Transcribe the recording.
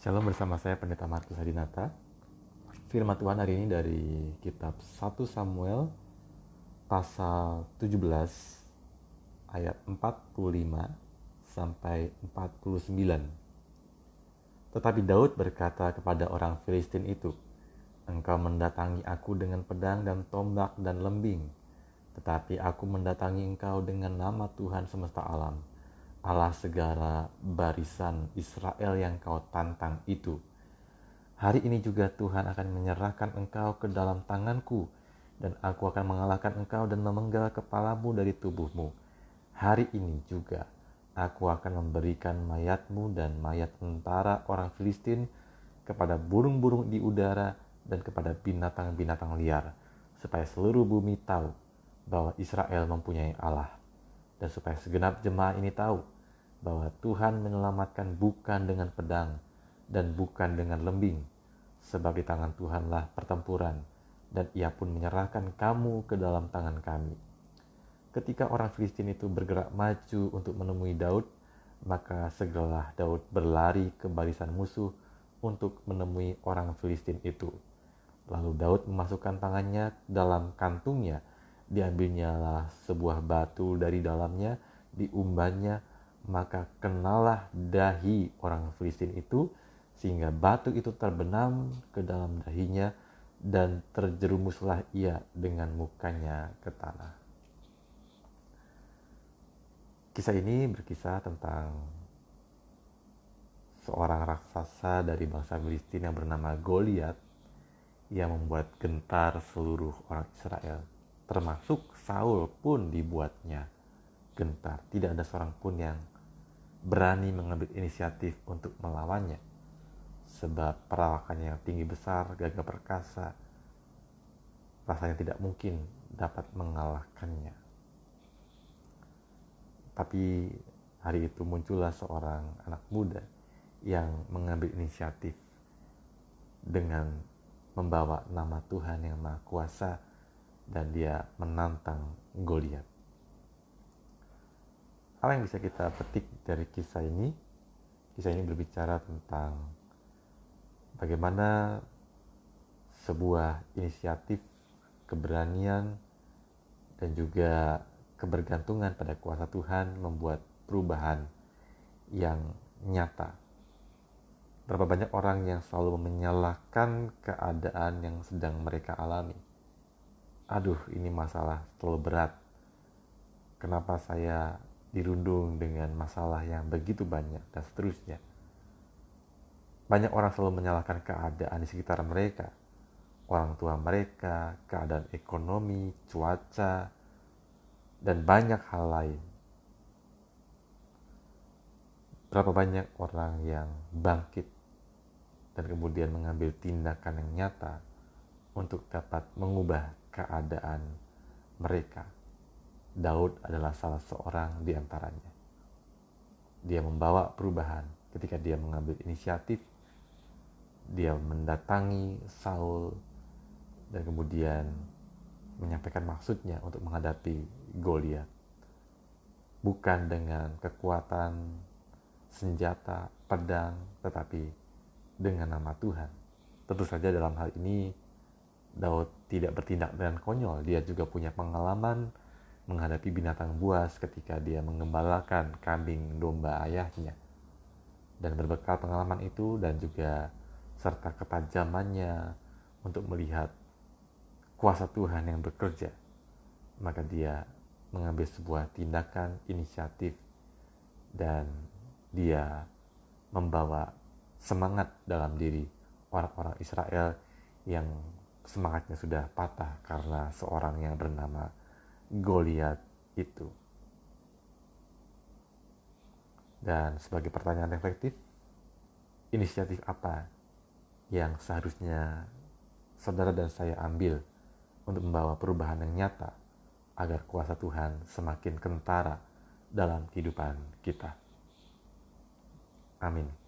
Shalom, bersama saya Pendeta Markus Hadinata. Firman Tuhan hari ini dari kitab 1 Samuel pasal 17 ayat 45 sampai 49. Tetapi Daud berkata kepada orang Filistin itu, "Engkau mendatangi aku dengan pedang dan tombak dan lembing, tetapi aku mendatangi engkau dengan nama Tuhan semesta alam, Allah segala barisan Israel yang kau tantang itu. Hari ini juga Tuhan akan menyerahkan engkau ke dalam tanganku, dan aku akan mengalahkan engkau dan memenggal kepalamu dari tubuhmu. Hari ini juga aku akan memberikan mayatmu dan mayat tentara orang Filistin kepada burung-burung di udara dan kepada binatang-binatang liar, supaya seluruh bumi tahu bahwa Israel mempunyai Allah. Dan supaya segenap jemaah ini tahu bahwa Tuhan menyelamatkan bukan dengan pedang dan bukan dengan lembing, sebab di tangan Tuhanlah pertempuran, dan Ia pun menyerahkan kamu ke dalam tangan kami." Ketika orang Filistin itu bergerak maju untuk menemui Daud, maka segeralah Daud berlari ke barisan musuh untuk menemui orang Filistin itu. Lalu Daud memasukkan tangannya dalam kantungnya, diambilnyalah sebuah batu dari dalamnya, diumbannya, maka kenalah dahi orang Filistin itu, sehingga batu itu terbenam ke dalam dahinya, dan terjerumuslah ia dengan mukanya ke tanah. Kisah ini berkisah tentang seorang raksasa dari bangsa Filistin yang bernama Goliat, yang membuat gentar seluruh orang Israel. Termasuk Saul pun dibuatnya gentar. Tidak ada seorang pun yang berani mengambil inisiatif untuk melawannya, sebab perawakannya yang tinggi besar, gagah perkasa, rasanya tidak mungkin dapat mengalahkannya. Tapi hari itu muncullah seorang anak muda yang mengambil inisiatif dengan membawa nama Tuhan yang Maha Kuasa, dan dia menantang Goliat. Apa yang bisa kita petik dari kisah ini? Kisah ini berbicara tentang bagaimana sebuah inisiatif, keberanian, dan juga kebergantungan pada kuasa Tuhan membuat perubahan yang nyata. Berapa banyak orang yang selalu menyalahkan keadaan yang sedang mereka alami. Aduh, ini masalah terlalu berat. Kenapa saya dirundung dengan masalah yang begitu banyak, dan seterusnya. Banyak orang selalu menyalahkan keadaan di sekitar mereka, orang tua mereka, keadaan ekonomi, cuaca, dan banyak hal lain. Berapa banyak orang yang bangkit dan kemudian mengambil tindakan yang nyata untuk dapat mengubah keadaan mereka. Daud adalah salah seorang di antaranya. Dia membawa perubahan ketika dia mengambil inisiatif. Dia mendatangi Saul dan kemudian menyampaikan maksudnya untuk menghadapi Goliat. Bukan dengan kekuatan senjata, pedang, tetapi dengan nama Tuhan. Tentu saja dalam hal ini Daud tidak bertindak dengan konyol. Dia juga punya pengalaman menghadapi binatang buas ketika dia mengembalakan kambing domba ayahnya. Dan berbekal pengalaman itu dan juga serta ketajamannya untuk melihat kuasa Tuhan yang bekerja, maka dia mengambil sebuah tindakan inisiatif, dan dia membawa semangat dalam diri orang-orang Israel yang semangatnya sudah patah karena seorang yang bernama Goliat itu. Dan sebagai pertanyaan reflektif, inisiatif apa yang seharusnya saudara dan saya ambil untuk membawa perubahan yang nyata agar kuasa Tuhan semakin kentara dalam kehidupan kita? Amin.